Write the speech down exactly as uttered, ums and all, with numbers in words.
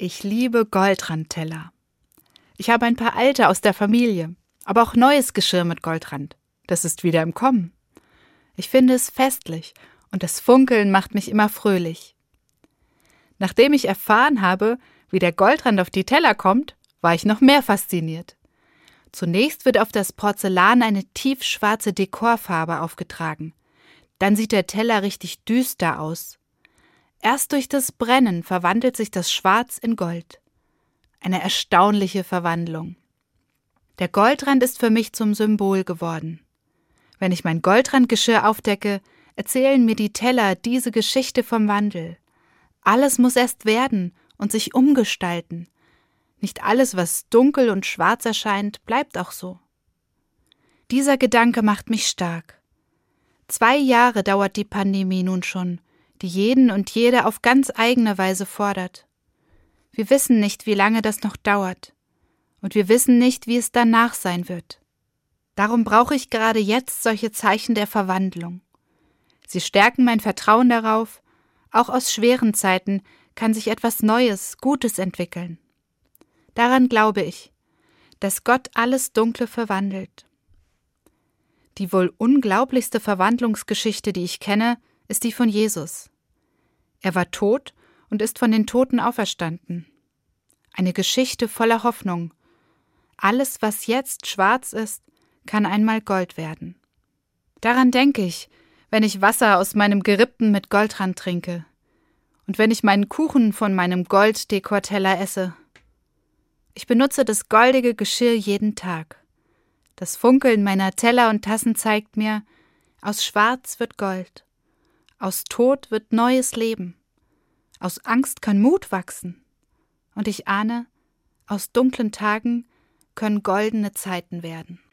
Ich liebe Goldrandteller. Ich habe ein paar alte aus der Familie, aber auch neues Geschirr mit Goldrand. Das ist wieder im Kommen. Ich finde es festlich und das Funkeln macht mich immer fröhlich. Nachdem ich erfahren habe, wie der Goldrand auf die Teller kommt, war ich noch mehr fasziniert. Zunächst wird auf das Porzellan eine tiefschwarze Dekorfarbe aufgetragen. Dann sieht der Teller richtig düster aus. Erst durch das Brennen verwandelt sich das Schwarz in Gold. Eine erstaunliche Verwandlung. Der Goldrand ist für mich zum Symbol geworden. Wenn ich mein Goldrandgeschirr aufdecke, erzählen mir die Teller diese Geschichte vom Wandel. Alles muss erst werden und sich umgestalten. Nicht alles, was dunkel und schwarz erscheint, bleibt auch so. Dieser Gedanke macht mich stark. Zwei Jahre dauert die Pandemie nun schon, die jeden und jede auf ganz eigene Weise fordert. Wir wissen nicht, wie lange das noch dauert. Und wir wissen nicht, wie es danach sein wird. Darum brauche ich gerade jetzt solche Zeichen der Verwandlung. Sie stärken mein Vertrauen darauf, auch aus schweren Zeiten kann sich etwas Neues, Gutes entwickeln. Daran glaube ich, dass Gott alles Dunkle verwandelt. Die wohl unglaublichste Verwandlungsgeschichte, die ich kenne, ist die von Jesus. Er war tot und ist von den Toten auferstanden. Eine Geschichte voller Hoffnung. Alles, was jetzt schwarz ist, kann einmal Gold werden. Daran denke ich, wenn ich Wasser aus meinem Gerippten mit Goldrand trinke und wenn ich meinen Kuchen von meinem Golddekorteller esse. Ich benutze das goldige Geschirr jeden Tag. Das Funkeln meiner Teller und Tassen zeigt mir, aus Schwarz wird Gold, aus Tod wird neues Leben, aus Angst kann Mut wachsen und ich ahne, aus dunklen Tagen können goldene Zeiten werden.